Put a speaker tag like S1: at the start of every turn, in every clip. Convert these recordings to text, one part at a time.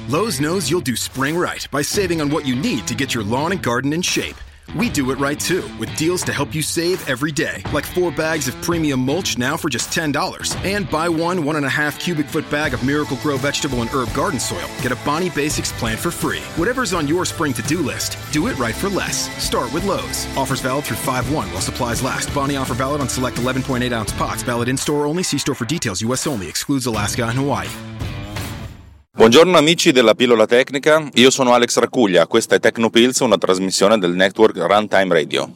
S1: Lowe's knows you'll do spring right by saving on what you need to get your lawn and garden in shape. We do it right too, with deals to help you save every day, like 4 bags of premium mulch now for just $10. And buy 1.5 cubic foot bag of Miracle-Gro vegetable and herb garden soil. Get a Bonnie Basics plant for free. Whatever's on your spring to-do list, do it right for less. Start with Lowe's. Offers valid through 5/1 while supplies last. Bonnie offer valid on select 11.8-ounce pots. Valid in-store only. See store for details. U.S. only. Excludes Alaska and Hawaii.
S2: Buongiorno amici della pillola tecnica, io sono Alex Racuglia, questa è Tecnopills, una trasmissione del network Runtime Radio.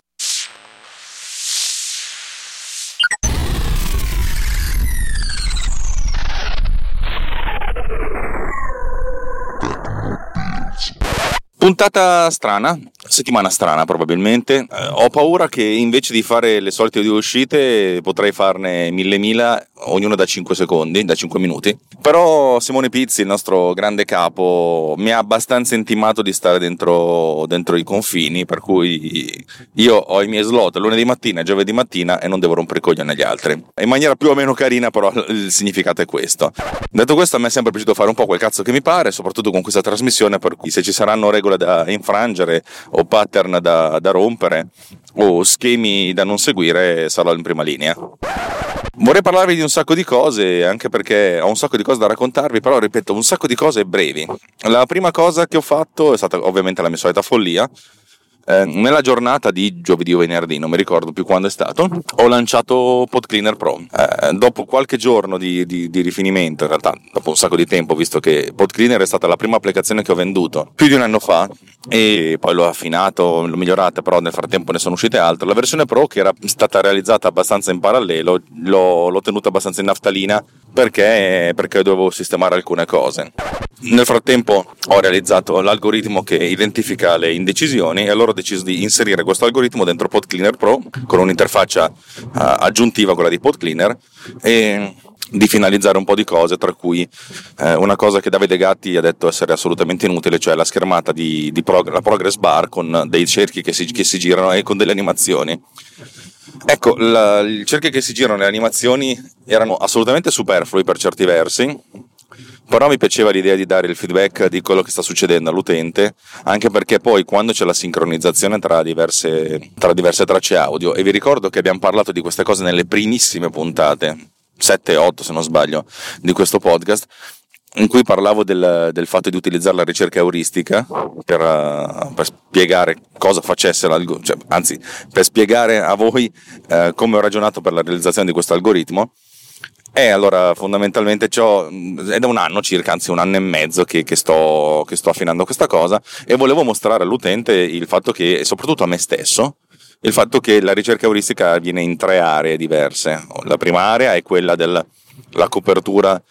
S2: Puntata strana, settimana strana probabilmente. Ho paura che invece di fare le solite 2 uscite potrei farne mille, ognuna da 5 secondi, da 5 minuti. Però Simone Pizzi, il nostro grande capo, mi ha abbastanza intimato di stare dentro i confini, per cui io ho i miei slot lunedì mattina e giovedì mattina e non devo rompere i coglioni agli altri. In maniera più o meno carina, però il significato è questo. Detto questo, a me è sempre piaciuto fare un po' quel cazzo che mi pare, soprattutto con questa trasmissione, per cui se ci saranno regole da infrangere o pattern da rompere o schemi da non seguire, sarò in prima linea. Vorrei parlarvi di un sacco di cose, anche perché ho un sacco di cose da raccontarvi, però ripeto, un sacco di cose brevi. La prima cosa che ho fatto è stata ovviamente la mia solita follia. Nella giornata di giovedì o venerdì, non mi ricordo più quando è stato, ho lanciato PodCleaner Pro. Dopo qualche giorno di rifinimento, in realtà dopo un sacco di tempo, visto che PodCleaner è stata la prima applicazione che ho venduto più di un anno fa, e poi l'ho affinato, l'ho migliorata, però nel frattempo ne sono uscite altre. La versione Pro, che era stata realizzata abbastanza in parallelo, l'ho tenuta abbastanza in naftalina perché dovevo sistemare alcune cose. Nel frattempo ho realizzato l'algoritmo che identifica le indecisioni e allora ho deciso di inserire questo algoritmo dentro PodCleaner Pro con un'interfaccia aggiuntiva, quella di PodCleaner, e di finalizzare un po' di cose, tra cui una cosa che Davide Gatti ha detto essere assolutamente inutile, cioè la schermata la progress bar con dei cerchi che si girano e con delle animazioni. Ecco, i cerchi che si girano e le animazioni erano assolutamente superflui per certi versi, però mi piaceva l'idea di dare il feedback di quello che sta succedendo all'utente, anche perché poi quando c'è la sincronizzazione tra diverse tracce audio, e vi ricordo che abbiamo parlato di queste cose nelle primissime puntate, 7-8 se non sbaglio, di questo podcast, in cui parlavo del fatto di utilizzare la ricerca euristica per spiegare cosa facesse anzi per spiegare a voi come ho ragionato per la realizzazione di questo algoritmo. E allora fondamentalmente è da un anno circa, anzi un anno e mezzo che sto affinando questa cosa, e volevo mostrare all'utente il fatto che, e soprattutto a me stesso, il fatto che la ricerca euristica avviene in 3 aree diverse. La prima area è quella della copertura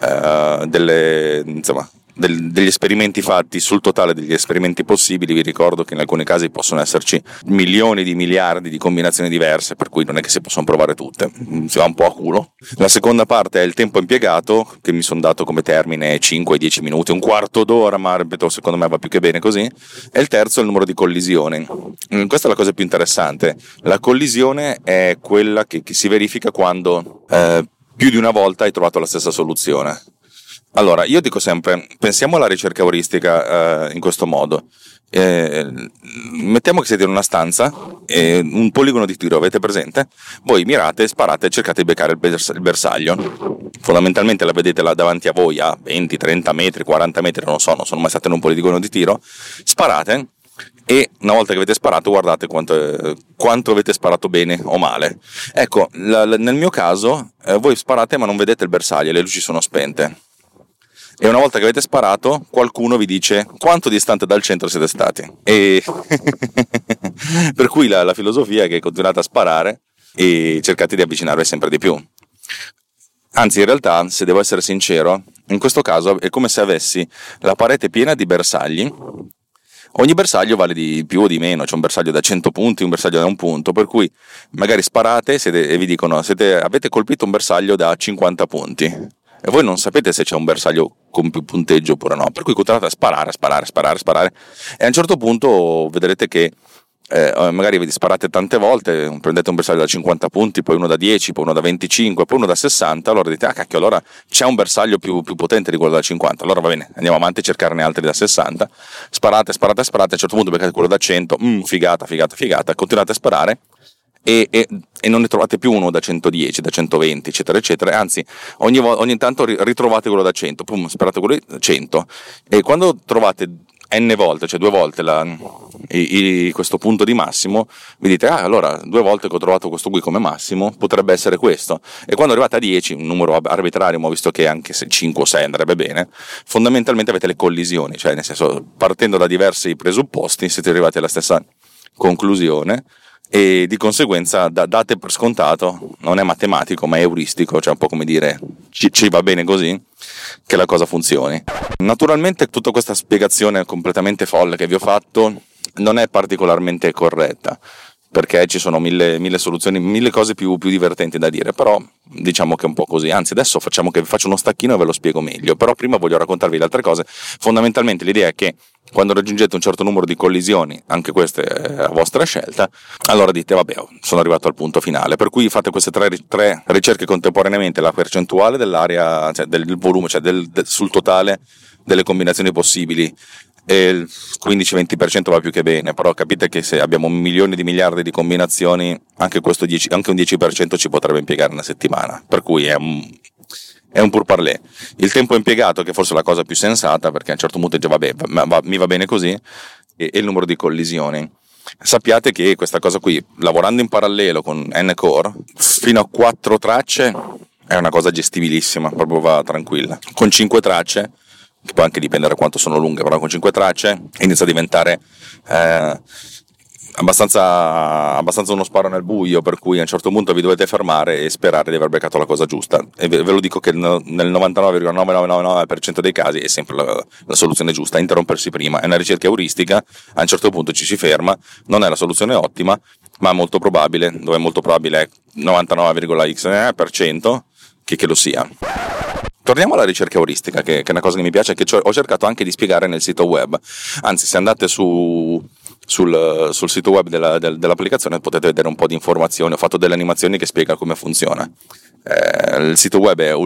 S2: degli esperimenti fatti sul totale degli esperimenti possibili. Vi ricordo che in alcuni casi possono esserci milioni di miliardi di combinazioni diverse, per cui non è che si possono provare tutte, si va un po' a culo. La seconda parte è il tempo impiegato, che mi sono dato come termine 5-10 minuti, un quarto d'ora, ma ripeto, secondo me va più che bene così. E il terzo è il numero di collisioni. Questa è la cosa più interessante. La collisione è quella che si verifica quando più di una volta hai trovato la stessa soluzione. Allora, io dico sempre, pensiamo alla ricerca euristica in questo modo. Mettiamo che siete in una stanza e un poligono di tiro avete presente, voi mirate, sparate e cercate di beccare il bersaglio. Fondamentalmente la vedete là davanti a voi a 20, 30 metri, 40 metri, non sono mai stato in un poligono di tiro. Sparate e una volta che avete sparato guardate quanto avete sparato bene o male. Ecco, nel mio caso voi sparate ma non vedete il bersaglio, le luci sono spente. E una volta che avete sparato, qualcuno vi dice quanto distante dal centro siete stati. E per cui la filosofia è che continuate a sparare e cercate di avvicinarvi sempre di più. Anzi, in realtà, se devo essere sincero, in questo caso è come se avessi la parete piena di bersagli. Ogni bersaglio vale di più o di meno, c'è un bersaglio da 100 punti, un bersaglio da 1 punto, per cui magari sparate e vi dicono avete colpito un bersaglio da 50 punti. E voi non sapete se c'è un bersaglio con più punteggio oppure no, per cui continuate a sparare, e a un certo punto vedrete che magari vi sparate tante volte, prendete un bersaglio da 50 punti, poi uno da 10, poi uno da 25, poi uno da 60, allora dite cacchio, allora c'è un bersaglio più potente di quello da 50, allora va bene, andiamo avanti a cercarne altri da 60, sparate, a un certo punto beccate quello da 100, figata, continuate a sparare e non ne trovate più uno da 110, da 120, eccetera eccetera, anzi ogni tanto ritrovate quello da 100, sparate quello da 100, e quando trovate n volte, cioè 2 volte questo punto di massimo, vi dite allora 2 volte che ho trovato questo qui come massimo potrebbe essere questo, e quando arrivate a 10, un numero arbitrario, ma ho visto che anche se 5 o 6 andrebbe bene, fondamentalmente avete le collisioni, cioè nel senso, partendo da diversi presupposti siete arrivati alla stessa conclusione, e di conseguenza date per scontato, non è matematico ma è euristico, cioè un po' come dire ci va bene così che la cosa funzioni. Naturalmente tutta questa spiegazione completamente folle che vi ho fatto non è particolarmente corretta, perché ci sono mille soluzioni, mille cose più divertenti da dire, però diciamo che è un po' così. Anzi, adesso facciamo che vi faccio uno stacchino e ve lo spiego meglio, però prima voglio raccontarvi le altre cose. Fondamentalmente l'idea è che quando raggiungete un certo numero di collisioni, anche queste è a vostra scelta, allora dite vabbè, sono arrivato al punto finale, per cui fate queste tre ricerche contemporaneamente, la percentuale dell'area, cioè del volume, cioè sul totale delle combinazioni possibili, e il 15-20% va più che bene, però capite che se abbiamo milioni di miliardi di combinazioni, anche un 10% ci potrebbe impiegare una settimana, per cui è un pur parlé. Il tempo impiegato, che forse è la cosa più sensata, perché a un certo punto dice vabbè, mi va bene così, e il numero di collisioni. Sappiate che questa cosa qui, lavorando in parallelo con N-Core, fino a 4 tracce è una cosa gestibilissima, proprio va tranquilla. Con 5 tracce, che può anche dipendere da quanto sono lunghe, però con 5 tracce inizia a diventare abbastanza uno sparo nel buio, per cui a un certo punto vi dovete fermare e sperare di aver beccato la cosa giusta, e ve lo dico che nel 99,9999% dei casi è sempre la soluzione giusta, interrompersi prima. È una ricerca euristica, a un certo punto ci si ferma, non è la soluzione ottima, ma è molto probabile, dove è molto probabile è 99,x% che lo sia. Torniamo alla ricerca euristica, che è una cosa che mi piace, che ho cercato anche di spiegare nel sito web. Anzi, se andate sul sito web dell'applicazione potete vedere un po' di informazioni, ho fatto delle animazioni che spiegano come funziona. Il sito web è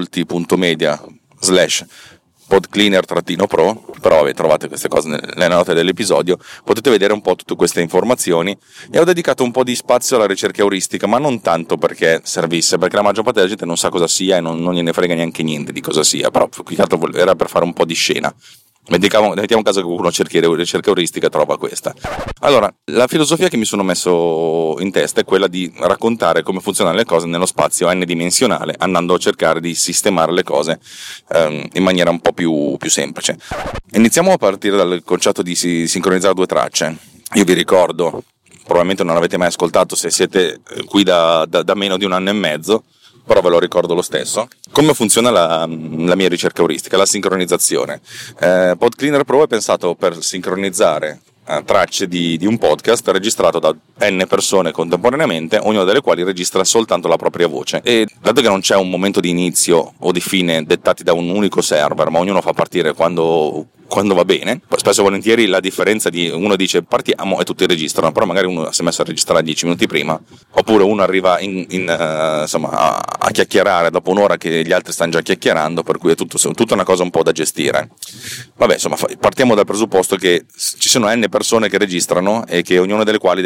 S2: ulti.media/podcleaner-pro, però trovate queste cose nelle note dell'episodio, potete vedere un po' tutte queste informazioni, e ho dedicato un po' di spazio alla ricerca euristica, ma non tanto perché servisse, perché la maggior parte della gente non sa cosa sia e non gliene frega neanche niente di cosa sia, però più che altro era per fare un po' di scena. Mettiamo caso che qualcuno cerchi ricerca euristica e trova questa. Allora, la filosofia che mi sono messo in testa è quella di raccontare come funzionano le cose nello spazio n-dimensionale, andando a cercare di sistemare le cose in maniera un po' più semplice. Iniziamo a partire dal concetto di sincronizzare 2 tracce. Io vi ricordo, probabilmente non l'avete mai ascoltato se siete qui da meno di 1 anno e mezzo, però ve lo ricordo lo stesso. Come funziona la mia ricerca euristica, la sincronizzazione? PodCleaner Pro è pensato per sincronizzare tracce di un podcast registrato da n persone contemporaneamente, ognuna delle quali registra soltanto la propria voce, e dato che non c'è un momento di inizio o di fine dettati da un unico server, ma ognuno fa partire quando va bene, spesso e volentieri la differenza di uno dice partiamo e tutti registrano, però magari uno si è messo a registrare 10 minuti prima, oppure uno arriva insomma a chiacchierare dopo un'ora che gli altri stanno già chiacchierando, per cui è tutta una cosa un po' da gestire. Vabbè, insomma, partiamo dal presupposto che ci sono n persone che registrano e che ognuna delle quali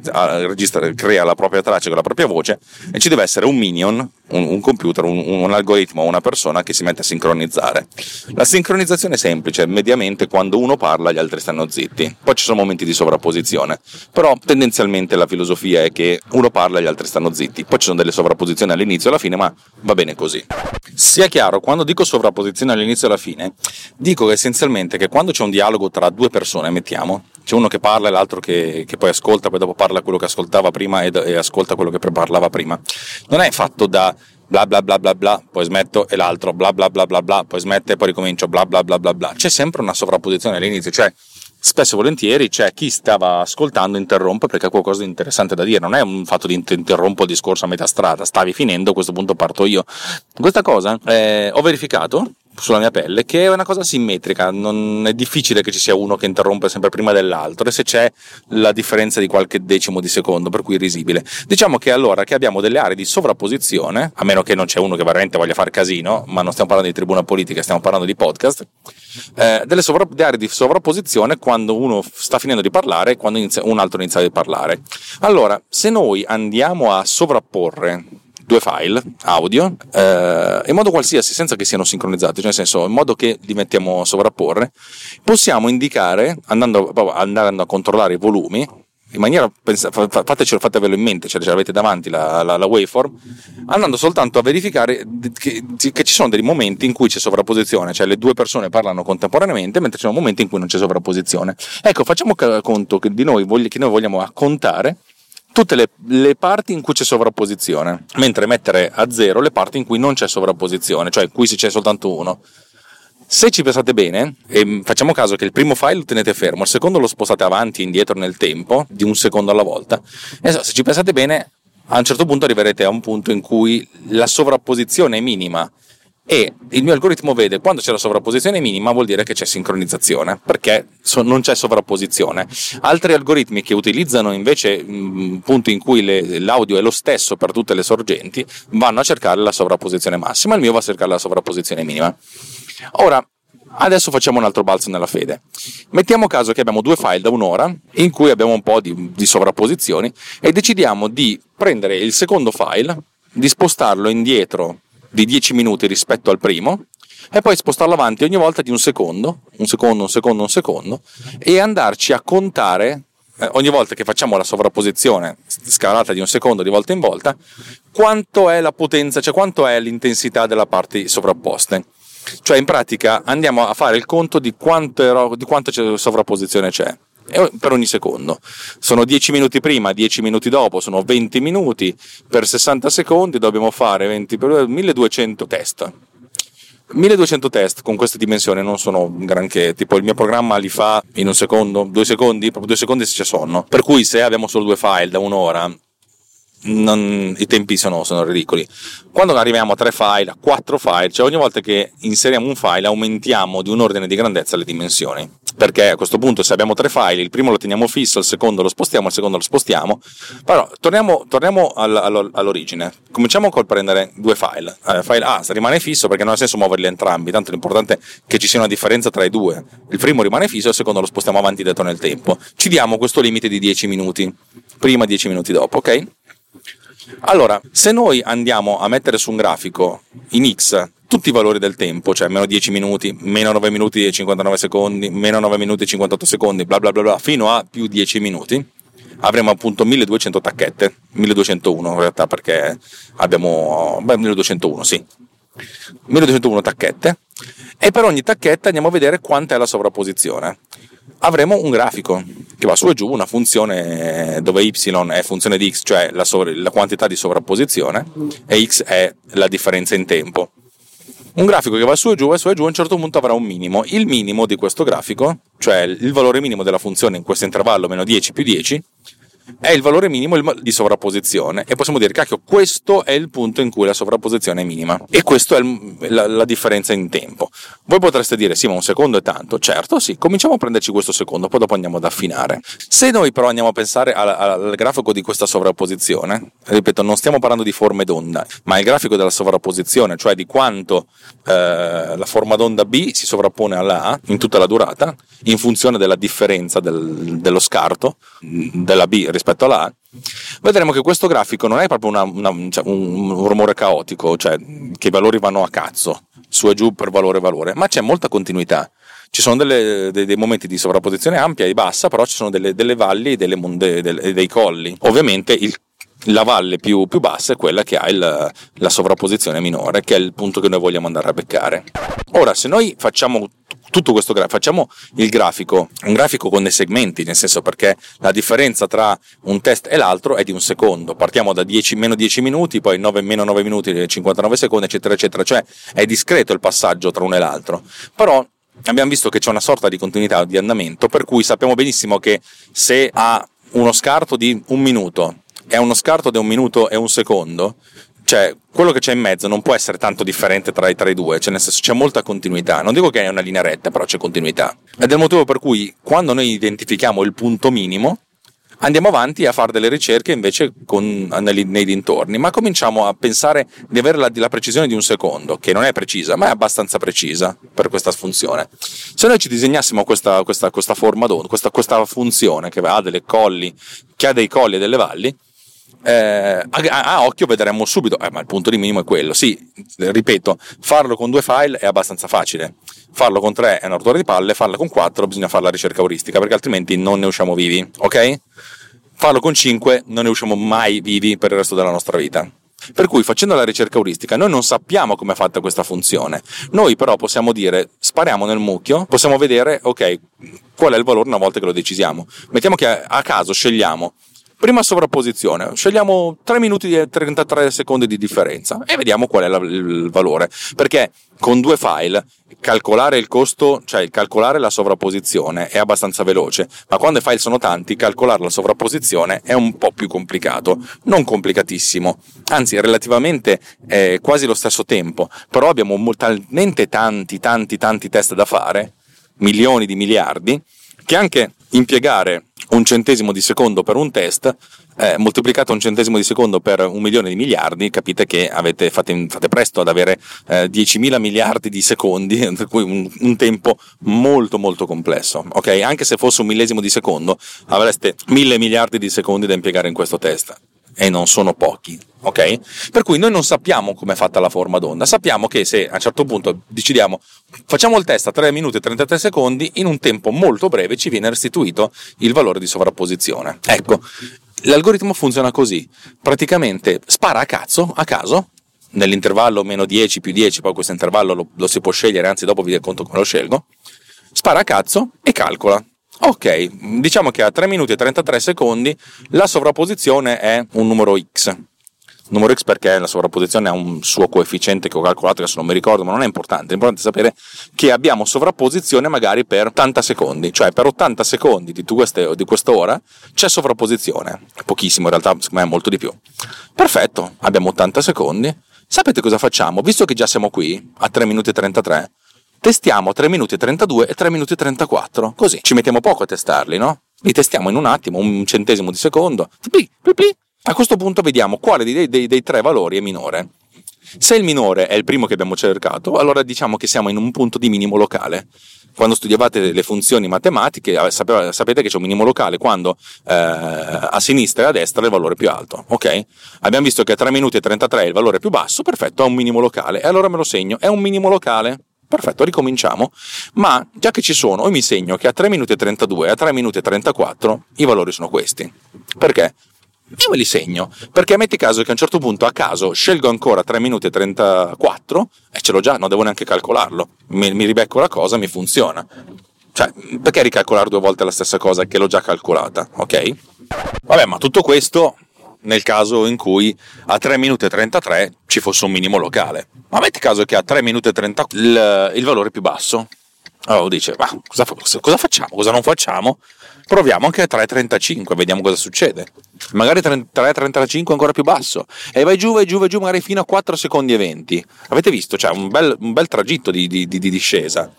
S2: crea la propria traccia con la propria voce, e ci deve essere un minion, un computer, un algoritmo, una persona che si mette a sincronizzare. La sincronizzazione è semplice, mediamente quando uno parla gli altri stanno zitti, poi ci sono momenti di sovrapposizione, però tendenzialmente la filosofia è che uno parla e gli altri stanno zitti, poi ci sono delle sovrapposizioni all'inizio e alla fine, ma va bene così. Sia chiaro, quando dico sovrapposizione all'inizio e alla fine, dico essenzialmente che quando c'è un dialogo tra 2 persone, mettiamo, c'è uno che parla e l'altro che poi ascolta, poi dopo parla quello che ascoltava prima e ascolta quello che parlava prima, non è fatto da bla bla bla bla bla, poi smetto, e l'altro bla bla bla bla bla, poi smette e poi ricomincio bla bla bla bla bla. C'è sempre una sovrapposizione all'inizio, cioè spesso e volentieri c'è chi stava ascoltando interrompe perché ha qualcosa di interessante da dire, non è un fatto di interrompo il discorso a metà strada, stavi finendo, a questo punto parto io. Questa cosa ho verificato sulla mia pelle, che è una cosa simmetrica, non è difficile che ci sia uno che interrompe sempre prima dell'altro, e se c'è la differenza di qualche decimo di secondo, per cui risibile. Diciamo che allora che abbiamo delle aree di sovrapposizione, a meno che non c'è uno che veramente voglia fare casino, ma non stiamo parlando di tribuna politica, stiamo parlando di podcast, delle aree di sovrapposizione quando uno sta finendo di parlare e quando un altro inizia a parlare. Allora, se noi andiamo a sovrapporre due file audio in modo qualsiasi, senza che siano sincronizzati, cioè nel senso, in modo che li mettiamo a sovrapporre, possiamo indicare, andando a controllare i volumi, in maniera, fatevelo in mente, cioè ce l'avete davanti la waveform, andando soltanto a verificare che ci sono dei momenti in cui c'è sovrapposizione, cioè le due persone parlano contemporaneamente, mentre ci sono momenti in cui non c'è sovrapposizione. Ecco, facciamo conto che noi vogliamo contare tutte le parti in cui c'è sovrapposizione, mentre mettere a zero le parti in cui non c'è sovrapposizione, cioè in cui c'è soltanto uno. Se ci pensate bene, e facciamo caso che il primo file lo tenete fermo, il secondo lo spostate avanti e indietro nel tempo, di un secondo alla volta, e se ci pensate bene, a un certo punto arriverete a un punto in cui la sovrapposizione è minima, e il mio algoritmo vede quando c'è la sovrapposizione minima vuol dire che c'è sincronizzazione, perché non c'è sovrapposizione. Altri algoritmi che utilizzano invece punti in cui l'audio è lo stesso per tutte le sorgenti vanno a cercare la sovrapposizione massima, il mio va a cercare la sovrapposizione minima. Ora, adesso facciamo un altro balzo nella fede. Mettiamo caso che abbiamo due file da un'ora in cui abbiamo un po' di sovrapposizioni e decidiamo di prendere il secondo file, di spostarlo indietro di 10 minuti rispetto al primo e poi spostarlo avanti ogni volta di un secondo, e andarci a contare ogni volta che facciamo la sovrapposizione scalata di un secondo di volta in volta quanto è la potenza, cioè quanto è l'intensità della parte sovrapposte. Cioè in pratica andiamo a fare il conto di quanto sovrapposizione c'è per ogni secondo. Sono 10 minuti prima, 10 minuti dopo, sono 20 minuti, per 60 secondi dobbiamo fare 20 per 1200 test. 1200 test con queste dimensioni non sono granché, tipo il mio programma li fa in un secondo, 2 secondi, proprio 2 secondi se c'è sonno, per cui se abbiamo solo due file da un'ora i tempi sono ridicoli. Quando arriviamo a 3 file, a 4 file, cioè ogni volta che inseriamo un file aumentiamo di un ordine di grandezza le dimensioni, perché a questo punto se abbiamo 3 file, il primo lo teniamo fisso, il secondo lo spostiamo, il secondo lo spostiamo. Però torniamo all'origine, cominciamo col prendere due file. File A rimane fisso perché non ha senso muoverli entrambi, tanto l'importante è che ci sia una differenza tra i due. Il primo rimane fisso, il secondo lo spostiamo avanti e dietro nel tempo. Ci diamo questo limite di 10 minuti prima, 10 minuti dopo, ok? Allora, se noi andiamo a mettere su un grafico in X tutti i valori del tempo, cioè meno 10 minuti, meno 9 minuti e 59 secondi, meno 9 minuti e 58 secondi, bla bla bla bla, fino a più 10 minuti, avremo appunto 1200 tacchette, 1201 in realtà, perché abbiamo 1201, sì, 1201 tacchette, e per ogni tacchetta andiamo a vedere quanta è la sovrapposizione. Avremo un grafico che va su e giù, una funzione dove y è funzione di x, cioè la quantità di sovrapposizione, e x è la differenza in tempo. Un grafico che va su e giù, a un certo punto avrà un minimo. Il minimo di questo grafico, cioè il valore minimo della funzione in questo intervallo meno 10 più 10, è il valore minimo di sovrapposizione, e possiamo dire, cacchio, questo è il punto in cui la sovrapposizione è minima, e questo è la differenza in tempo. Voi potreste dire, sì, ma un secondo è tanto. Certo, sì, cominciamo a prenderci questo secondo, poi dopo andiamo ad affinare. Se noi però andiamo a pensare al grafico di questa sovrapposizione, ripeto, non stiamo parlando di forme d'onda, ma il grafico della sovrapposizione, cioè di quanto la forma d'onda B si sovrappone alla A in tutta la durata, in funzione della differenza dello scarto della B rispetto alla A, vedremo che questo grafico non è proprio un rumore caotico, cioè che i valori vanno a cazzo, su e giù per valore, ma c'è molta continuità. Ci sono dei momenti di sovrapposizione ampia e bassa, però ci sono delle valli e dei colli. Ovviamente la valle più bassa è quella che ha la sovrapposizione minore, che è il punto che noi vogliamo andare a beccare. Ora, se noi facciamo tutto questo facciamo un grafico con dei segmenti, nel senso, perché la differenza tra un test e l'altro è di un secondo. Partiamo da meno 10 minuti, poi meno 9 minuti e 59 secondi, eccetera eccetera, cioè è discreto il passaggio tra uno e l'altro. Però abbiamo visto che c'è una sorta di continuità di andamento, per cui sappiamo benissimo che se ha uno scarto di un minuto e uno scarto di 1 minuto e 1 secondo, cioè quello che c'è in mezzo non può essere tanto differente tra i due, cioè nel senso c'è molta continuità, non dico che è una linea retta, però c'è continuità, ed è il motivo per cui quando noi identifichiamo il punto minimo andiamo avanti a fare delle ricerche invece nei dintorni, ma cominciamo a pensare di avere la precisione di un secondo, che non è precisa, ma è abbastanza precisa per questa funzione. Se noi ci disegnassimo questa forma d'onda, questa funzione che ha delle colli, che ha dei colli e delle valli, a occhio vedremo subito, ma il punto di minimo è quello. Sì, ripeto, farlo con 2 file è abbastanza facile, farlo con 3 è una rottura di palle, farlo con 4 bisogna fare la ricerca euristica, perché altrimenti non ne usciamo vivi, ok? Farlo con 5 non ne usciamo mai vivi per il resto della nostra vita. Per cui facendo la ricerca euristica noi non sappiamo come è fatta questa funzione, noi però possiamo dire, spariamo nel mucchio, possiamo vedere, ok, qual è il valore una volta che lo decisiamo. Mettiamo che a caso scegliamo prima sovrapposizione, scegliamo 3 minuti e 33 secondi di differenza e vediamo qual è il valore, perché con 2 file calcolare il costo, cioè calcolare la sovrapposizione è abbastanza veloce, ma quando i file sono tanti calcolare la sovrapposizione è un po' più complicato, non complicatissimo, anzi relativamente quasi lo stesso tempo, però abbiamo talmente tanti test da fare, milioni di miliardi, che anche impiegare 1 centesimo di secondo per un test moltiplicato 1 centesimo di secondo per 1 milione di miliardi, capite che fate presto ad avere 10.000 miliardi di secondi, per cui un tempo molto molto complesso, ok? Anche se fosse 1 millesimo di secondo avreste 1.000 miliardi di secondi da impiegare in questo test, e non sono pochi, ok? Per cui noi non sappiamo come è fatta la forma d'onda, sappiamo che se a un certo punto decidiamo facciamo il test a 3 minuti e 33 secondi, in un tempo molto breve ci viene restituito il valore di sovrapposizione. Ecco, l'algoritmo funziona così, praticamente spara a caso, nell'intervallo meno 10 più 10, poi questo intervallo lo si può scegliere, anzi dopo vi racconto come lo scelgo, spara a cazzo e calcola. Ok, diciamo che a 3 minuti e 33 secondi la sovrapposizione è un numero x. Numero x perché la sovrapposizione ha un suo coefficiente che ho calcolato, adesso non mi ricordo, ma non è importante. L'importante è sapere che abbiamo sovrapposizione magari per 80 secondi, cioè per 80 secondi di quest'ora c'è sovrapposizione. Pochissimo, in realtà secondo me è molto di più. Perfetto, abbiamo 80 secondi. Sapete cosa facciamo? Visto che già siamo qui, a 3 minuti e 33, testiamo 3 minuti e 32 e 3 minuti e 34, così ci mettiamo poco a testarli, no? Li testiamo in un attimo, 1 centesimo di secondo, a questo punto vediamo quale dei 3 valori è minore. Se il minore è il primo che abbiamo cercato, allora diciamo che siamo in un punto di minimo locale. Quando studiavate le funzioni matematiche sapete che c'è un minimo locale quando a sinistra e a destra è il valore più alto, ok? Abbiamo visto che a 3 minuti e 33 è il valore più basso, perfetto, è un minimo locale, e allora me lo segno, è un minimo locale. Perfetto, ricominciamo, ma già che ci sono, io mi segno che a 3 minuti e 32 e a 3 minuti e 34 i valori sono questi. Perché? Io me li segno, perché metti caso che a un certo punto a caso scelgo ancora 3 minuti e 34 e ce l'ho già, non devo neanche calcolarlo, mi ribecco la cosa, mi funziona. Cioè, perché ricalcolare 2 volte la stessa cosa che l'ho già calcolata, ok? Vabbè, ma tutto questo nel caso in cui a 3 minuti e 33 ci fosse un minimo locale. Ma metti caso che a 3 minuti e 30 il valore è più basso. Allora dice, ma cosa facciamo? Cosa non facciamo? Proviamo anche a 3,35, vediamo cosa succede. Magari 3,35 ancora più basso. E vai giù, magari fino a 4 secondi e 20. Avete visto? C'è un bel tragitto di discesa.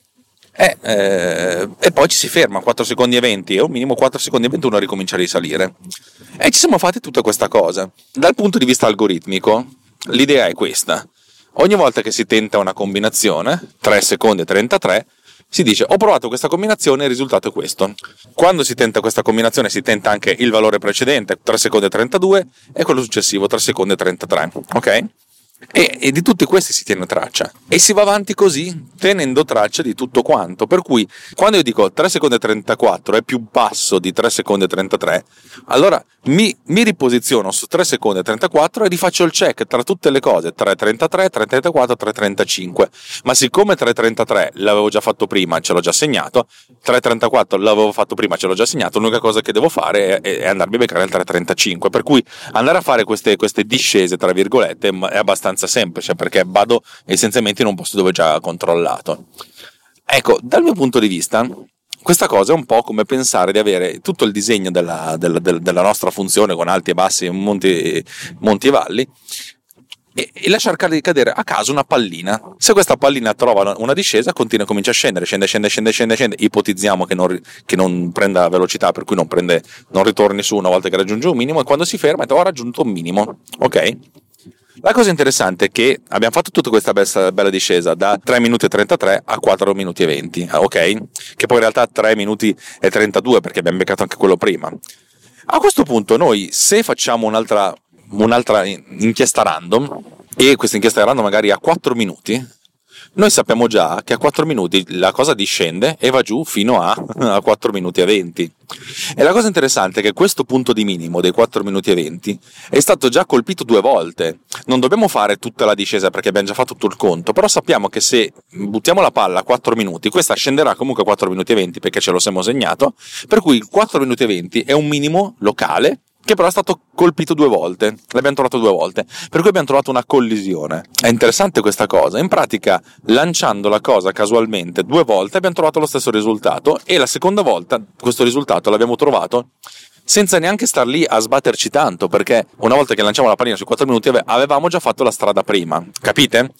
S2: E poi ci si ferma a 4 secondi e 20 e un minimo 4 secondi e 21 a ricominciare a risalire, e ci siamo fatti tutta questa cosa. Dal punto di vista algoritmico l'idea è questa: ogni volta che si tenta una combinazione 3 secondi e 33 si dice ho provato questa combinazione e il risultato è questo. Quando si tenta questa combinazione si tenta anche il valore precedente 3 secondi e 32 e quello successivo 3 secondi e 33, ok? E di tutti questi si tiene traccia e si va avanti così tenendo traccia di tutto quanto, per cui quando io dico 3 secondi e 34 è più basso di 3 secondi e 33, allora mi riposiziono su 3 secondi e 34 e rifaccio il check tra tutte le cose 3,33, 3,34, 3,35, ma siccome 3,33 l'avevo già fatto prima, ce l'ho già segnato, 3,34 l'avevo fatto prima, ce l'ho già segnato, l'unica cosa che devo fare è andarmi a beccare il 3,35, per cui andare a fare queste discese tra virgolette è abbastanza semplice, perché vado essenzialmente in un posto dove ho già controllato. Ecco, dal mio punto di vista questa cosa è un po' come pensare di avere tutto il disegno della nostra funzione con alti e bassi, monti e valli, e lasciare cadere a caso una pallina. Se questa pallina trova una discesa, continua e comincia a scendere, scende. Ipotizziamo che non prenda velocità, per cui non ritorni su una volta che raggiunge un minimo, e quando si ferma ho raggiunto un minimo. Ok? La cosa interessante è che abbiamo fatto tutta questa bella discesa da 3 minuti e 33 a 4 minuti e 20, ok? Che poi in realtà 3 minuti e 32, perché abbiamo beccato anche quello prima. A questo punto noi, se facciamo un'altra inchiesta random, e questa inchiesta random magari a 4 minuti, noi sappiamo già che a 4 minuti la cosa discende e va giù fino a 4 minuti e 20. E la cosa interessante è che questo punto di minimo dei 4 minuti e 20 è stato già colpito 2 volte. Non dobbiamo fare tutta la discesa perché abbiamo già fatto tutto il conto, però sappiamo che se buttiamo la palla a 4 minuti, questa scenderà comunque a 4 minuti e 20 perché ce lo siamo segnato, per cui 4 minuti e 20 è un minimo locale che però è stato colpito 2 volte, l'abbiamo trovato 2 volte, per cui abbiamo trovato una collisione. È interessante questa cosa, in pratica lanciando la cosa casualmente 2 volte abbiamo trovato lo stesso risultato, e la seconda volta questo risultato l'abbiamo trovato senza neanche star lì a sbatterci tanto, perché una volta che lanciamo la pallina sui 4 minuti avevamo già fatto la strada prima, capite?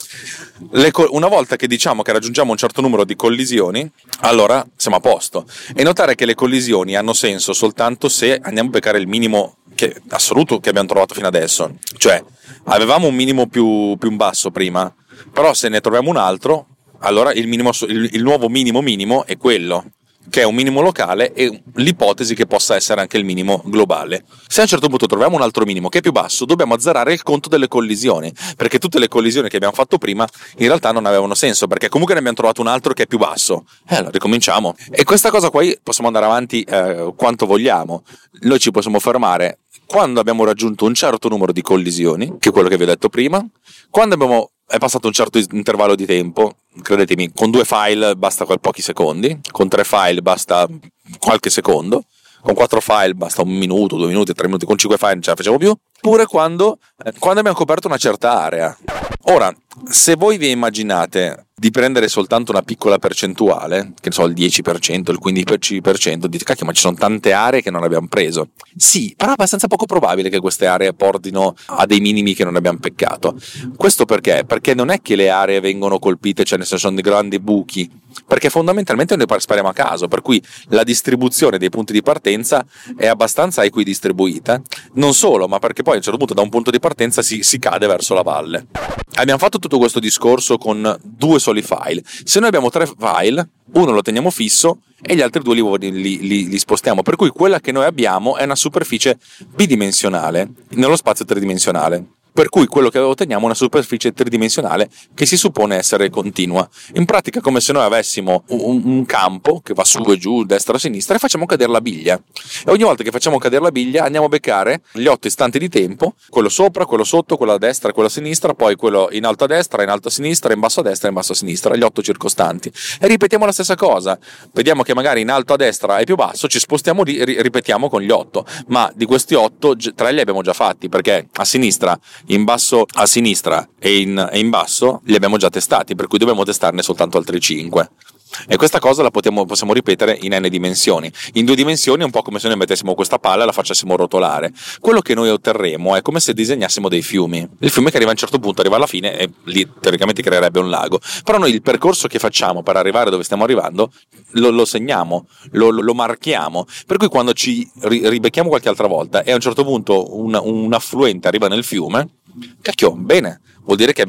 S2: Una volta che diciamo che raggiungiamo un certo numero di collisioni, allora siamo a posto. E notare che le collisioni hanno senso soltanto se andiamo a beccare il minimo assoluto che abbiamo trovato fino adesso. Cioè, avevamo un minimo più in basso prima, però se ne troviamo un altro, allora il nuovo minimo è quello, che è un minimo locale, e l'ipotesi che possa essere anche il minimo globale. Se a un certo punto troviamo un altro minimo che è più basso, dobbiamo azzerare il conto delle collisioni, perché tutte le collisioni che abbiamo fatto prima in realtà non avevano senso, perché comunque ne abbiamo trovato un altro che è più basso. Allora ricominciamo. E questa cosa qua possiamo andare avanti quanto vogliamo. Noi ci possiamo fermare quando abbiamo raggiunto un certo numero di collisioni, che è quello che vi ho detto prima, quando è passato un certo intervallo di tempo. Credetemi, con 2 file basta pochi secondi, con 3 file basta qualche secondo, con 4 file basta 1 minuto, 2 minuti, 3 minuti, con 5 file non ce la facciamo più, pure quando abbiamo coperto una certa area. Ora, se voi vi immaginate di prendere soltanto una piccola percentuale, che ne so, il 10%, il 15%, dite cacchio, ma ci sono tante aree che non abbiamo preso. Sì, però è abbastanza poco probabile che queste aree portino a dei minimi che non abbiamo peccato. Questo perché? Perché non è che le aree vengono colpite, cioè nel senso sono dei grandi buchi, perché fondamentalmente noi spariamo a caso, per cui la distribuzione dei punti di partenza è abbastanza equidistribuita, non solo, ma perché poi a un certo punto da un punto di partenza si cade verso la valle. Abbiamo fatto tutto questo discorso con 2 soli file. Se noi abbiamo 3 file, uno lo teniamo fisso e gli altri 2 li spostiamo, per cui quella che noi abbiamo è una superficie bidimensionale nello spazio tridimensionale. Per cui quello che otteniamo è una superficie tridimensionale che si suppone essere continua. In pratica è come se noi avessimo un campo che va su e giù, destra e sinistra, e facciamo cadere la biglia. E ogni volta che facciamo cadere la biglia andiamo a beccare gli 8 istanti di tempo, quello sopra, quello sotto, quello a destra e quello a sinistra, poi quello in alto a destra, in alto a sinistra, in basso a destra e in basso a sinistra, gli 8 circostanti. E ripetiamo la stessa cosa. Vediamo che magari in alto a destra è più basso, ci spostiamo lì, ripetiamo con gli 8. Ma di questi 8, 3 li abbiamo già fatti, perché a sinistra, in basso a sinistra e in basso li abbiamo già testati, per cui dobbiamo testarne soltanto altri 5. E questa cosa la possiamo ripetere in n dimensioni. In 2 dimensioni è un po' come se noi mettessimo questa palla e la facessimo rotolare. Quello che noi otterremo è come se disegnassimo dei fiumi. Il fiume che arriva a un certo punto, arriva alla fine e lì teoricamente creerebbe un lago. Però noi il percorso che facciamo per arrivare dove stiamo arrivando lo segniamo, lo marchiamo. Per cui quando ci ribecchiamo qualche altra volta e a un certo punto un affluente arriva nel fiume, cacchio, bene, vuol dire che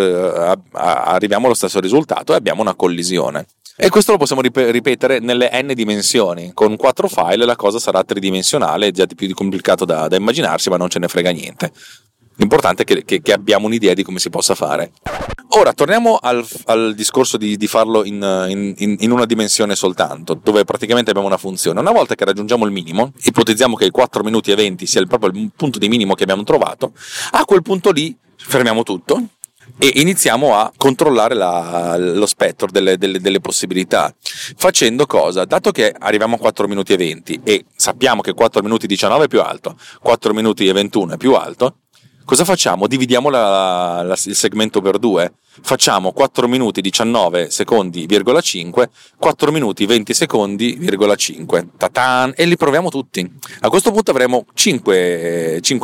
S2: arriviamo allo stesso risultato e abbiamo una collisione. E questo lo possiamo ripetere nelle n dimensioni. Con 4 file la cosa sarà tridimensionale, è già di più complicato da immaginarsi, ma non ce ne frega niente. L'importante è che abbiamo un'idea di come si possa fare. Ora torniamo al discorso di farlo in una dimensione soltanto, dove praticamente abbiamo una funzione. Una volta che raggiungiamo il minimo, ipotizziamo che i 4 minuti e 20 sia proprio il punto di minimo che abbiamo trovato, a quel punto lì fermiamo tutto e iniziamo a controllare lo spettro delle possibilità. Facendo cosa? Dato che arriviamo a 4 minuti e 20 e sappiamo che 4 minuti e 19 è più alto, 4 minuti e 21 è più alto, cosa facciamo? Dividiamo il segmento per 2. Facciamo 4 minuti 19 secondi,5, 4 minuti 20 secondi,5. Ta-tan! E li proviamo tutti. A questo punto avremo 5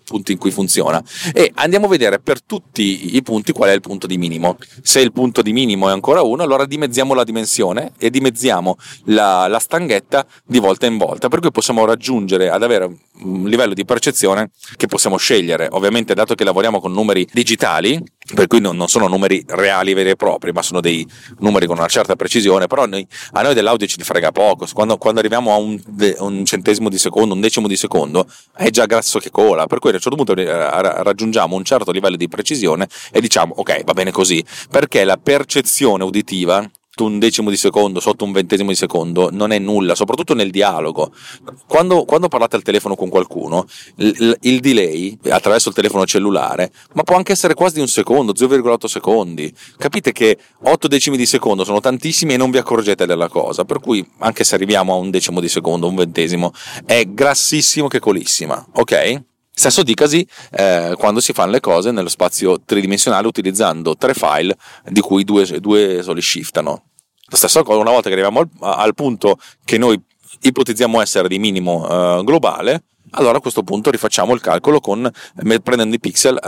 S3: punti in cui funziona, e andiamo a vedere per tutti i punti qual è il punto di minimo. Se il punto di minimo è ancora 1, allora dimezziamo la dimensione e dimezziamo la stanghetta di volta in volta, per cui possiamo raggiungere ad avere un livello di percezione che possiamo scegliere. Ovviamente, dato che lavoriamo con numeri digitali, per cui non sono numeri reali veri e propri, ma sono dei numeri con una certa precisione, però a noi dell'audio ci frega poco. Quando arriviamo a un centesimo di secondo, un decimo di secondo, è già grasso che cola, per cui a un certo punto raggiungiamo un certo livello di precisione e diciamo ok, va bene così, perché la percezione uditiva un decimo di secondo, sotto un ventesimo di secondo non è nulla, soprattutto nel dialogo. Quando parlate al telefono con qualcuno, il delay attraverso il telefono cellulare, ma può anche essere quasi di un secondo, 0,8 secondi. Capite che 8 decimi di secondo sono tantissimi e non vi accorgete della cosa, per cui anche se arriviamo a un decimo di secondo, un ventesimo, è grassissimo che colissima, ok? Stesso dicasi quando si fanno le cose nello spazio tridimensionale utilizzando 3 file di cui due soli shiftano. La stessa cosa una volta che arriviamo al punto che noi ipotizziamo essere di minimo globale, allora a questo punto rifacciamo il calcolo prendendo i pixel,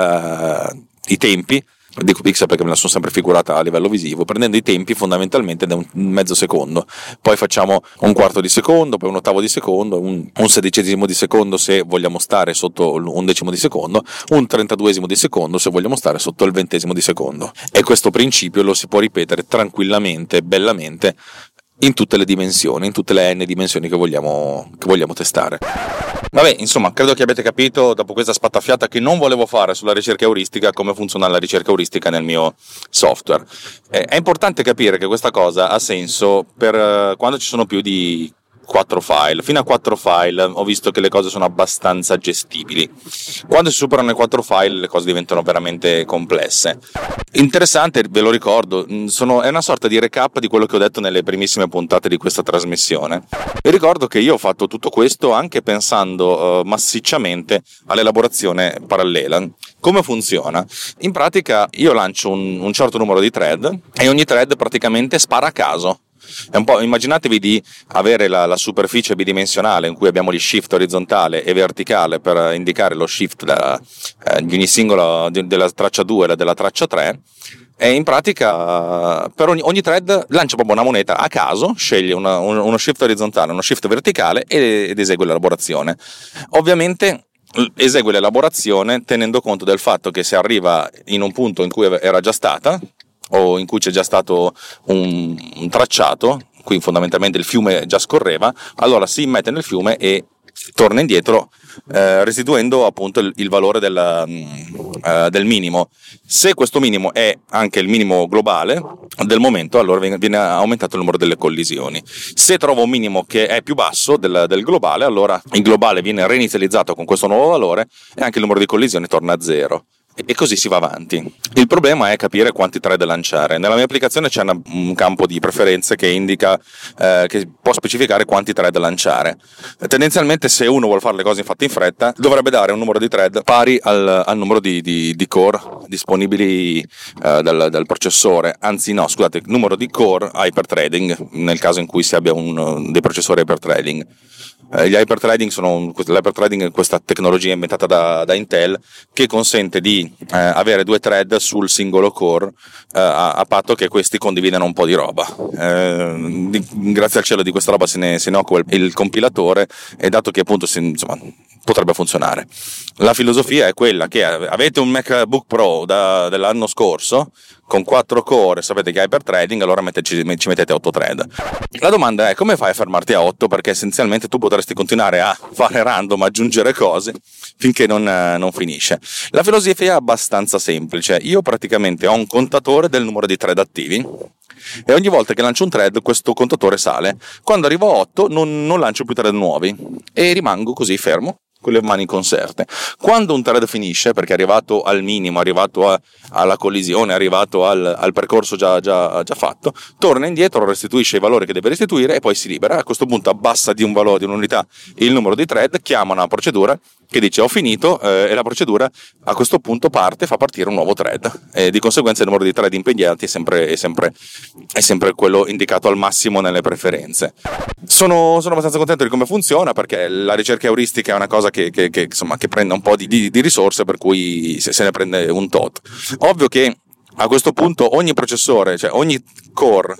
S3: i tempi. Dico pixel perché me la sono sempre figurata a livello visivo, prendendo i tempi fondamentalmente da un mezzo secondo, poi facciamo un quarto di secondo, poi un ottavo di secondo, un sedicesimo di secondo se vogliamo stare sotto un decimo di secondo, un 32esimo di secondo se vogliamo stare sotto il 20esimo di secondo, e questo principio lo si può ripetere tranquillamente, bellamente, in tutte le dimensioni, in tutte le n dimensioni che vogliamo testare. Vabbè, insomma, credo che abbiate capito dopo questa spattafiata che non volevo fare sulla ricerca euristica come funziona la ricerca euristica nel mio software. È importante capire che questa cosa ha senso per quando ci sono più di 4 file. Fino a 4 file ho visto che le cose sono abbastanza gestibili. Quando si superano i 4 file le cose diventano veramente complesse. Interessante, ve lo ricordo, è una sorta di recap di quello che ho detto nelle primissime puntate di questa trasmissione. Vi ricordo che io ho fatto tutto questo anche pensando massicciamente all'elaborazione parallela. Come funziona? In pratica io lancio un certo numero di thread e ogni thread praticamente spara a caso. È un po', immaginatevi di avere la superficie bidimensionale in cui abbiamo gli shift orizzontale e verticale per indicare lo shift di ogni singolo della traccia 2 e della traccia 3, e in pratica per ogni thread lancia proprio una moneta a caso, sceglie uno shift orizzontale, uno shift verticale ed esegue l'elaborazione. Ovviamente esegue l'elaborazione tenendo conto del fatto che se arriva in un punto in cui era già stata, o in cui c'è già stato un tracciato, qui fondamentalmente il fiume già scorreva, allora si immette nel fiume e torna indietro, restituendo appunto il valore del minimo. Se questo minimo è anche il minimo globale del momento, allora viene aumentato il numero delle collisioni. Se trovo un minimo che è più basso del globale, allora il globale viene reinizializzato con questo nuovo valore e anche il numero di collisioni torna a 0. E così si va avanti. Il problema è capire quanti thread lanciare. Nella mia applicazione c'è un campo di preferenze che indica, che può specificare quanti thread lanciare. Tendenzialmente, se uno vuole fare le cose fatte in fretta, dovrebbe dare un numero di thread pari al numero di core disponibili dal processore. Anzi no, scusate, numero di core hyperthreading, nel caso in cui si abbia dei processori hyperthreading. Gli l'hyperthreading è questa tecnologia inventata da Intel che consente di avere 2 thread sul singolo core a patto che questi condividano un po' di roba. Grazie al cielo di questa roba se ne occupa il compilatore, e dato che appunto potrebbe funzionare. La filosofia è quella che avete un MacBook Pro dell'anno scorso con 4 core, sapete che è hyperthreading, allora ci mettete 8 thread. La domanda è: come fai a fermarti a 8? Perché essenzialmente tu potresti continuare a fare random, aggiungere cose finché non finisce. La filosofia è abbastanza semplice. Io praticamente ho un contatore del numero di thread attivi e ogni volta che lancio un thread questo contatore sale. Quando arrivo a 8 non lancio più thread nuovi e rimango così fermo con le mani conserte. Quando un thread finisce, perché è arrivato al minimo, è arrivato alla collisione, è arrivato al percorso già fatto, torna indietro, restituisce i valori che deve restituire e poi si libera. A questo punto abbassa di un valore, di un'unità, il numero di thread, chiama una procedura
S2: che dice ho finito, e la procedura a questo punto fa partire un nuovo thread, e di conseguenza il numero di thread impegnati è sempre quello indicato al massimo nelle preferenze. Sono abbastanza contento di come funziona, perché la ricerca euristica è una cosa che prende un po' di risorse, per cui se ne prende un tot. Ovvio che a questo punto ogni processore, cioè ogni core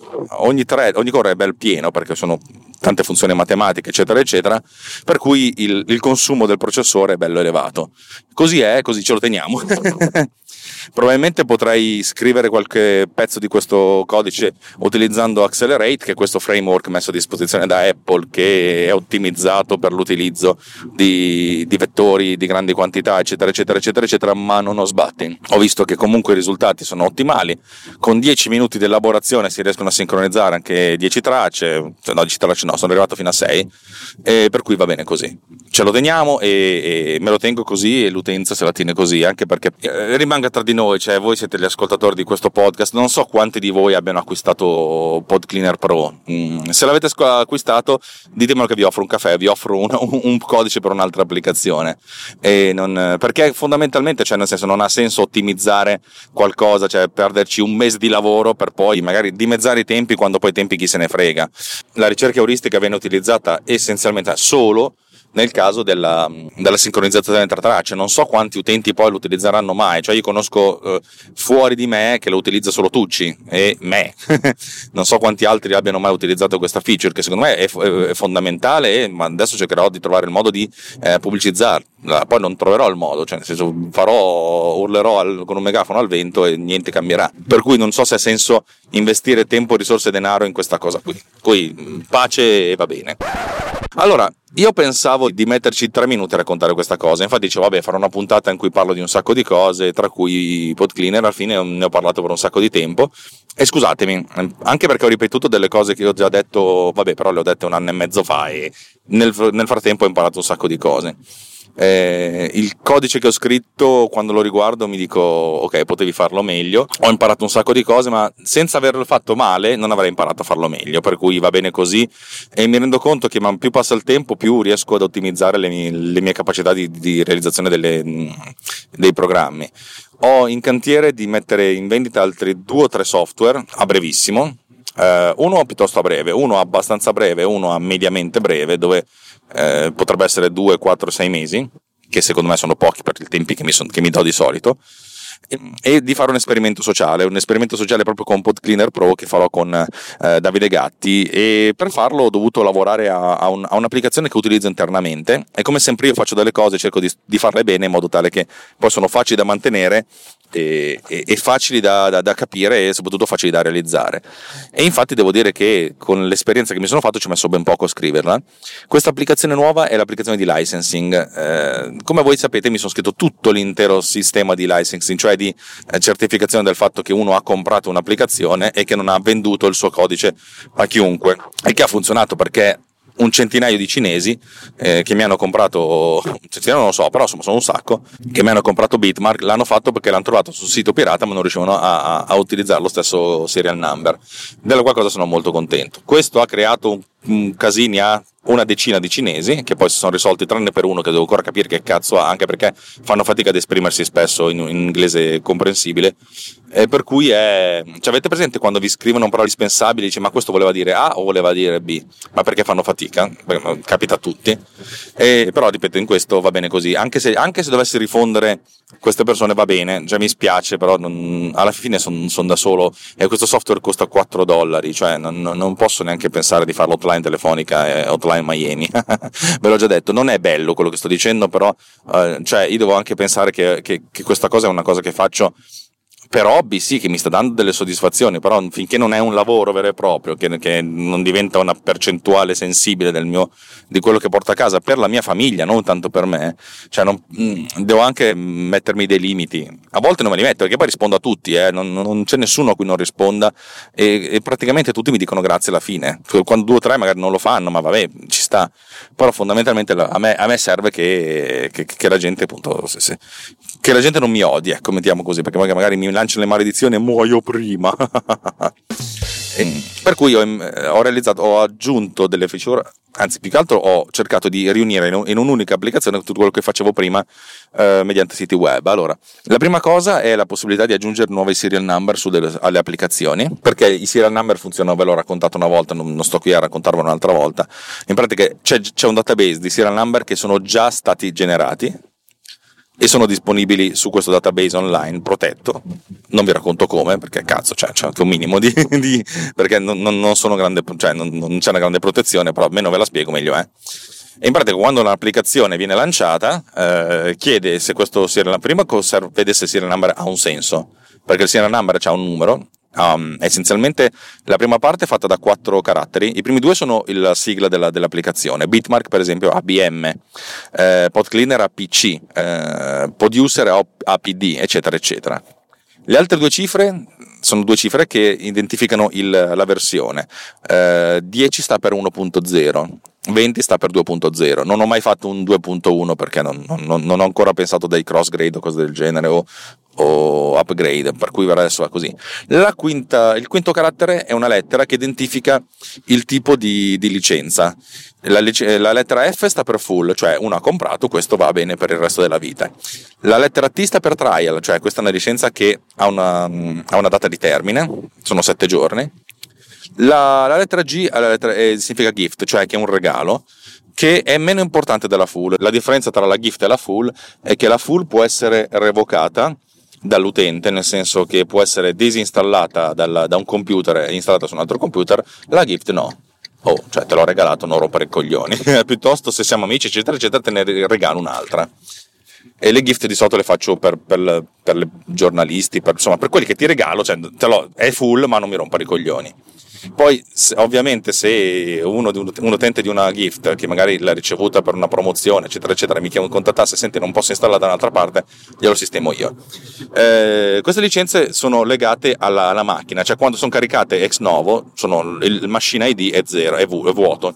S2: è bel pieno, perché sono tante funzioni matematiche eccetera eccetera, per cui il consumo del processore è bello elevato. Così ce lo teniamo. Probabilmente potrei scrivere qualche pezzo di questo codice utilizzando Accelerate, che è questo framework messo a disposizione da Apple, che è ottimizzato per l'utilizzo di vettori di grandi quantità eccetera eccetera eccetera eccetera, ma non ho sbatti. Ho visto che comunque i risultati sono ottimali, con 10 minuti di elaborazione si riescono a sincronizzare anche 10 tracce, no, sono arrivato fino a 6, per cui va bene così. Ce lo teniamo e me lo tengo così, e l'utenza se la tiene così, anche perché rimanga tra di noi, cioè voi siete gli ascoltatori di questo podcast, non so quanti di voi abbiano acquistato PodCleaner Pro. Se l'avete acquistato, ditemelo che vi offro un caffè, vi offro un codice per un'altra applicazione, perché fondamentalmente, cioè nel senso, non ha senso ottimizzare qualcosa, cioè perderci un mese di lavoro per poi magari dimezzare i tempi, quando poi i tempi chi se ne frega. La ricerca euristica viene utilizzata essenzialmente solo nel caso della sincronizzazione tra tracce. Non so quanti utenti poi lo utilizzeranno mai, cioè io conosco fuori di me che lo utilizza solo Tucci e me. Non so quanti altri abbiano mai utilizzato questa feature, che secondo me è fondamentale, ma adesso cercherò di trovare il modo di pubblicizzarla. Poi non troverò il modo, cioè nel senso urlerò con un megafono al vento e niente cambierà, per cui non so se ha senso investire tempo, risorse e denaro in questa cosa qui pace e va bene. Allora, io pensavo di metterci 3 minuti a raccontare questa cosa, infatti dicevo vabbè, farò una puntata in cui parlo di un sacco di cose, tra cui PodCleaner. Alla fine ne ho parlato per un sacco di tempo, e scusatemi anche perché ho ripetuto delle cose che ho già detto, vabbè, però le ho dette 1 anno e mezzo fa, e nel frattempo ho imparato un sacco di cose. Il codice che ho scritto, quando lo riguardo mi dico ok, potevi farlo meglio. Ho imparato un sacco di cose, ma senza averlo fatto male non avrei imparato a farlo meglio, per cui va bene così, e mi rendo conto che più passa il tempo più riesco ad ottimizzare le mie capacità di realizzazione dei programmi. Ho in cantiere di mettere in vendita altri 2 o 3 software a brevissimo, uno piuttosto a breve, uno abbastanza breve, uno a mediamente breve, dove potrebbe essere 2, 4, 6 mesi, che secondo me sono pochi per i tempi che mi do di solito, e di fare un esperimento sociale proprio con PodCleaner Pro, che farò con Davide Gatti, e per farlo ho dovuto lavorare a un'applicazione che utilizzo internamente, e come sempre io faccio delle cose, cerco di farle bene in modo tale che poi sono facili da mantenere e facili da capire, e soprattutto facili da realizzare. E infatti devo dire che con l'esperienza che mi sono fatto ci ho messo ben poco a scriverla. Questa applicazione nuova è l'applicazione di licensing. Come voi sapete, mi sono scritto tutto l'intero sistema di licensing, cioè di certificazione del fatto che uno ha comprato un'applicazione e che non ha venduto il suo codice a chiunque, e che ha funzionato perché un centinaio di cinesi che mi hanno comprato, non lo so, però insomma sono un sacco, che mi hanno comprato Bitmark, l'hanno fatto perché l'hanno trovato sul sito pirata, ma non riuscivano a utilizzare lo stesso serial number, della qual cosa sono molto contento. Questo ha creato un casini a una decina di cinesi, che poi si sono risolti, tranne per uno che devo ancora capire che cazzo ha, anche perché fanno fatica ad esprimersi spesso in inglese comprensibile, per cui cioè, avete presente quando vi scrivono un parola indispensabile, dice ma questo voleva dire A o voleva dire B, ma perché fanno fatica? Capita a tutti, però ripeto, in questo va bene così, anche se dovessi rifondere queste persone va bene, cioè mi spiace, però alla fine sono da solo, e questo software costa $4, cioè non posso neanche pensare di farlo hotline telefonica e hotline Miami. Ve l'ho già detto, non è bello quello che sto dicendo, però cioè io devo anche pensare che questa cosa è una cosa che faccio per hobby, sì, che mi sta dando delle soddisfazioni, però finché non è un lavoro vero e proprio, che non diventa una percentuale sensibile di quello che porto a casa per la mia famiglia, non tanto per me, cioè devo anche mettermi dei limiti. A volte non me li metto, perché poi rispondo a tutti, non c'è nessuno a cui non risponda, e praticamente tutti mi dicono grazie alla fine, quando 2 o 3 magari non lo fanno, ma vabbè, ci sta, però fondamentalmente a me serve che la gente, appunto, che la gente non mi odi, ecco, mettiamo così, perché magari mi lanciano le maledizioni e muoio prima. Per cui ho aggiunto delle feature, anzi più che altro ho cercato di riunire in un'unica applicazione tutto quello che facevo prima mediante siti web. Allora, la prima cosa è la possibilità di aggiungere nuovi serial number alle applicazioni, perché i serial number funzionano, ve l'ho raccontato una volta, non sto qui a raccontarvelo un'altra volta. In pratica c'è un database di serial number che sono già stati generati e sono disponibili su questo database online protetto. Non vi racconto come, perché cazzo, c'è anche un minimo di perché non sono grande, cioè non c'è una grande protezione, però meno ve la spiego meglio è. E in pratica quando un'applicazione viene lanciata chiede se questo serial number, prima vede se il serial number ha un senso, perché il serial number ha un numero. Essenzialmente la prima parte è fatta da 4 caratteri, i primi 2 sono la sigla dell'applicazione. Bitmark per esempio ABM, PodCleaner APC, Poduser APD, eccetera eccetera. Le altre 2 cifre sono 2 cifre che identificano la versione. 10 sta per 1.0, 20 sta per 2.0. Non ho mai fatto un 2.1 perché non ho ancora pensato dei crossgrade o cose del genere o upgrade, per cui adesso va così. Il quinto carattere è una lettera che identifica il tipo di licenza. La lettera F sta per full, cioè uno ha comprato, questo va bene per il resto della vita. La lettera T sta per trial, cioè questa è una licenza che ha una data di termine, sono 7 giorni. La lettera G significa gift, cioè che è un regalo, che è meno importante della full. La differenza tra la gift e la full è che la full può essere revocata dall'utente, nel senso che può essere disinstallata da un computer e installata su un altro computer. La gift no. Cioè te l'ho regalato, non rompere i coglioni. Piuttosto se siamo amici eccetera eccetera te ne regalo un'altra. E le gift di solito le faccio per i giornalisti, insomma per quelli che ti regalo, cioè è full ma non mi rompere i coglioni. Poi ovviamente se un utente di una gift che magari l'ha ricevuta per una promozione eccetera eccetera mi contattasse, senti non posso installarla da un'altra parte, glielo sistemo io. Queste licenze sono legate alla macchina, cioè quando sono caricate ex novo il machine ID è zero, è vuoto.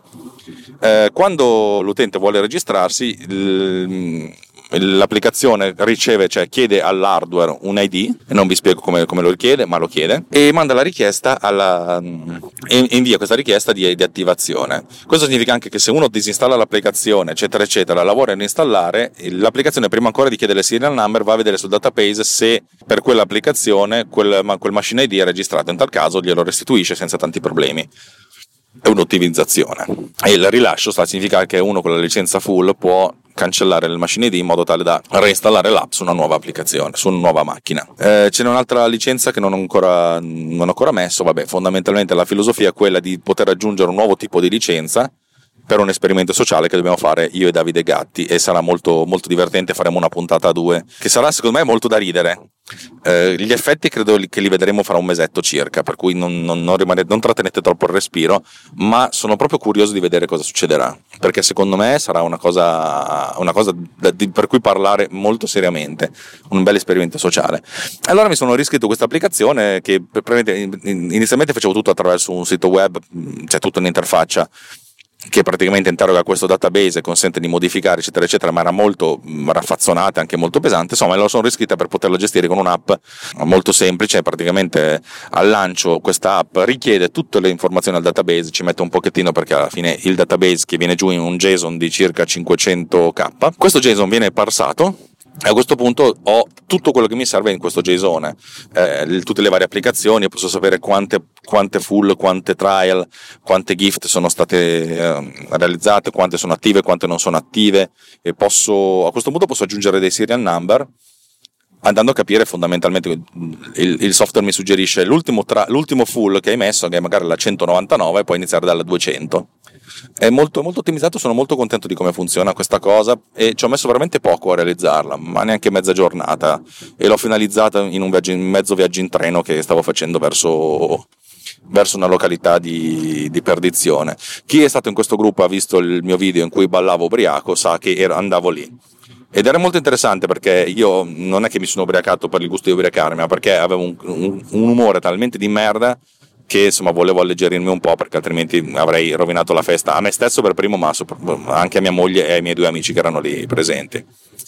S2: Quando l'utente vuole registrarsi l'applicazione riceve, cioè chiede all'hardware un ID, e non vi spiego come lo richiede, ma lo chiede, e manda la richiesta e invia questa richiesta di attivazione. Questo significa anche che se uno disinstalla l'applicazione eccetera eccetera, lavora a reinstallare, l'applicazione prima ancora di chiedere il serial number va a vedere sul database se per quell'applicazione quel machine ID è registrato, in tal caso glielo restituisce senza tanti problemi. È un'ottimizzazione. E il rilascio sta a significare che uno con la licenza full può cancellare il machine ID in modo tale da reinstallare l'app su una nuova applicazione, su una nuova macchina. Ce n'è un'altra licenza che non ho ancora messo. Vabbè, fondamentalmente la filosofia è quella di poter aggiungere un nuovo tipo di licenza per un esperimento sociale che dobbiamo fare io e Davide Gatti, e sarà molto, molto divertente. Faremo una puntata a 2 che sarà secondo me molto da ridere. Gli effetti credo che li vedremo fra un mesetto circa, per cui non trattenete troppo il respiro, ma sono proprio curioso di vedere cosa succederà, perché secondo me sarà una cosa per cui parlare molto seriamente, un bel esperimento sociale. Allora mi sono riscritto questa applicazione che inizialmente facevo tutto attraverso un sito web, c'è tutta un'interfaccia che praticamente interroga questo database e consente di modificare eccetera eccetera, ma era molto raffazzonata, anche molto pesante. Insomma, me la sono riscritta per poterla gestire con un'app molto semplice. Praticamente al lancio questa app richiede tutte le informazioni al database, ci mette un pochettino perché alla fine il database che viene giù in un JSON di circa 500k, questo JSON viene parsato e a questo punto ho tutto quello che mi serve in questo JSON, tutte le varie applicazioni, posso sapere quante full, quante trial, quante gift sono state realizzate, quante sono attive, quante non sono attive, e a questo punto posso aggiungere dei serial number andando a capire fondamentalmente. Il software mi suggerisce l'ultimo full che hai messo, che è magari la 199, e puoi iniziare dalla 200. È molto, molto ottimizzato, sono molto contento di come funziona questa cosa, e ci ho messo veramente poco a realizzarla, ma neanche mezza giornata, e l'ho finalizzata in mezzo viaggio in treno che stavo facendo verso una località di perdizione. Chi è stato in questo gruppo ha visto il mio video in cui ballavo ubriaco, sa che andavo lì. Ed era molto interessante perché io non è che mi sono ubriacato per il gusto di ubriacarmi, ma perché avevo un umore talmente di merda che insomma volevo alleggerirmi un po', perché altrimenti avrei rovinato la festa a me stesso per primo, ma anche a mia moglie e ai miei 2 amici che erano lì presenti.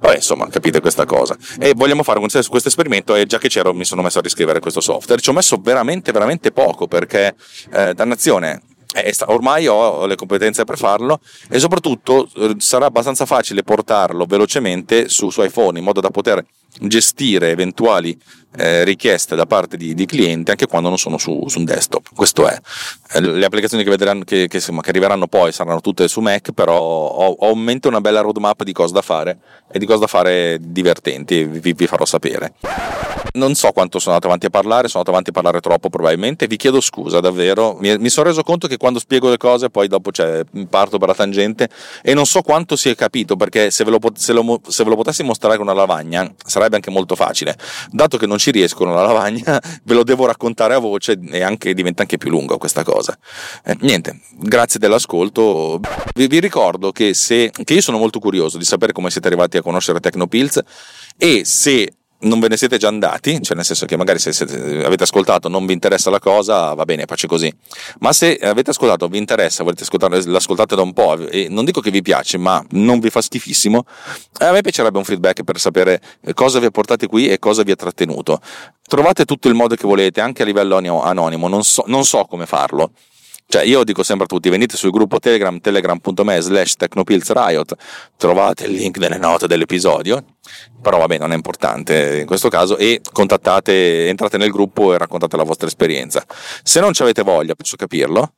S2: Vabbè, insomma, capite questa cosa. E vogliamo fare questo esperimento, e già che c'ero mi sono messo a riscrivere questo software. Ci ho messo veramente, veramente poco, perché dannazione, ormai ho le competenze per farlo, e soprattutto sarà abbastanza facile portarlo velocemente su iPhone, in modo da poter gestire eventuali richieste da parte di clienti anche quando non sono su un desktop. Questo è. Le applicazioni che arriveranno poi saranno tutte su Mac, però ho in mente una bella roadmap di cose da fare, e di cose da fare divertenti, vi farò sapere. Non so quanto sono andato avanti a parlare troppo probabilmente, vi chiedo scusa davvero, mi sono reso conto che quando spiego le cose poi dopo parto per la tangente, e non so quanto si è capito, perché se ve lo potessi mostrare con una lavagna sarebbe anche molto facile. Dato che non ci riesco con la lavagna, ve lo devo raccontare a voce, e diventa anche più lunga questa cosa. Niente, grazie dell'ascolto. Vi ricordo che io sono molto curioso di sapere come siete arrivati a conoscere Tecnopills, e se non ve ne siete già andati, cioè nel senso che magari se avete ascoltato non vi interessa la cosa, va bene, pace così, ma se avete ascoltato, vi interessa, volete l'ascoltate da un po', e non dico che vi piace, ma non vi fa schifissimo, a me piacerebbe un feedback per sapere cosa vi ha portati qui e cosa vi ha trattenuto. Trovate tutto il modo che volete, anche a livello anonimo, non so come farlo. Cioè, io dico sempre a tutti, venite sul gruppo Telegram, telegram.me/technopillsriot, trovate il link nelle note dell'episodio, però vabbè, non è importante in questo caso, e entrate nel gruppo e raccontate la vostra esperienza. Se non ci avete voglia, posso capirlo,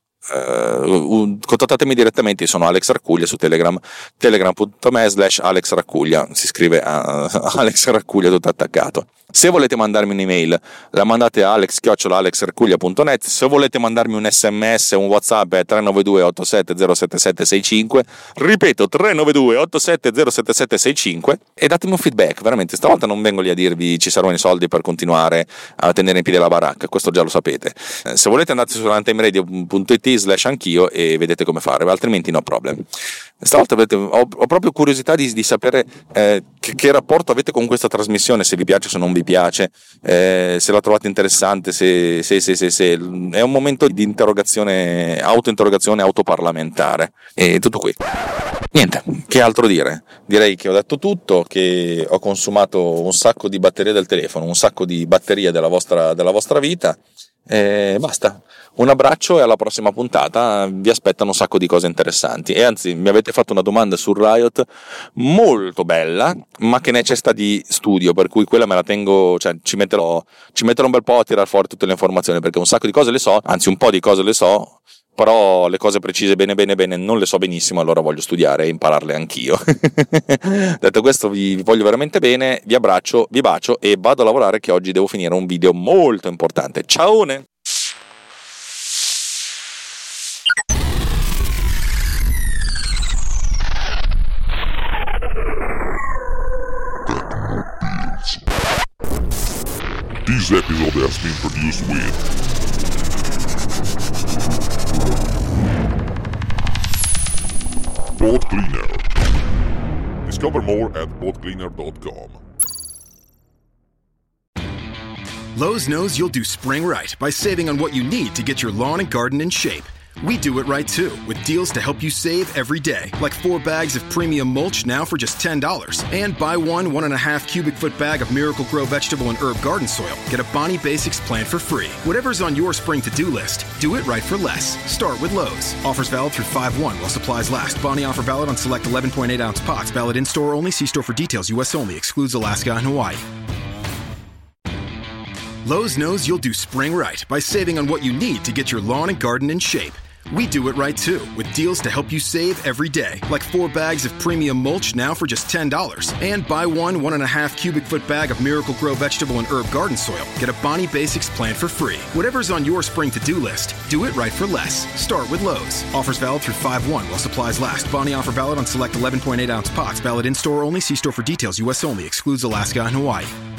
S2: contattatemi direttamente, sono Alex Raccuglia su Telegram, telegram.me/Alex Raccuglia, si scrive Alex Raccuglia tutto attaccato. Se volete mandarmi un'email, la mandate a alex@alexraccuglia.net. Se volete mandarmi un sms o un WhatsApp è 392 87 07765, ripeto 392 87 07765, e datemi un feedback. Veramente stavolta non vengo lì a dirvi ci saranno i soldi per continuare a tenere in piedi la baracca, questo già lo sapete. Se volete andate su runtimeradio.it/anch'io e vedete come fare, altrimenti no problem. Stavolta ho proprio curiosità di sapere che rapporto avete con questa trasmissione, se vi piace o se non vi piace, se la trovate interessante, se è un momento di autointerrogazione autoparlamentare, e tutto qui. Niente, che altro dire? Direi che ho detto tutto, che ho consumato un sacco di batterie del telefono, un sacco di batterie della vostra vita, e basta. Un abbraccio, e alla prossima puntata. Vi aspettano un sacco di cose interessanti, e anzi mi avete fatto una domanda su Riot molto bella, ma che necessita di studio, per cui quella me la tengo, cioè ci metterò un bel po' a tirar fuori tutte le informazioni, perché un sacco di cose le so, anzi un po' di cose le so, però le cose precise bene non le so benissimo, allora voglio studiare e impararle anch'io. Detto questo, vi voglio veramente bene, vi abbraccio, vi bacio, e vado a lavorare, che oggi devo finire un video molto importante. Ciaone!
S4: This episode has been produced with Boat Cleaner. Discover more at boatcleaner.com.
S1: Lowe's knows you'll do spring right by saving on what you need to get your lawn and garden in shape. We do it right too, with deals to help you save every day, like 4 bags of premium mulch now for just $10. And buy 1.5 cubic foot bag of Miracle-Gro vegetable and herb garden soil. Get a Bonnie Basics plan for free. Whatever's on your spring to-do list, do it right for less. Start with Lowe's. Offers valid through 5/1 while supplies last. Bonnie offer valid on select 11.8-ounce pots. Valid in-store only. See store for details. U.S. only. Excludes Alaska and Hawaii. Lowe's knows you'll do spring right by saving on what you need to get your lawn and garden in shape. We do it right too, with deals to help you save every day, like 4 bags of premium mulch now for just $10. And buy 1.5 cubic foot bag of Miracle-Gro vegetable and herb garden soil. Get a Bonnie Basics plan for free. Whatever's on your spring to-do list, do it right for less. Start with Lowe's. Offers valid through 5/1 while supplies last. Bonnie offer valid on select 11.8-ounce pots. Valid in-store only. See store for details. U.S. only. Excludes Alaska and Hawaii.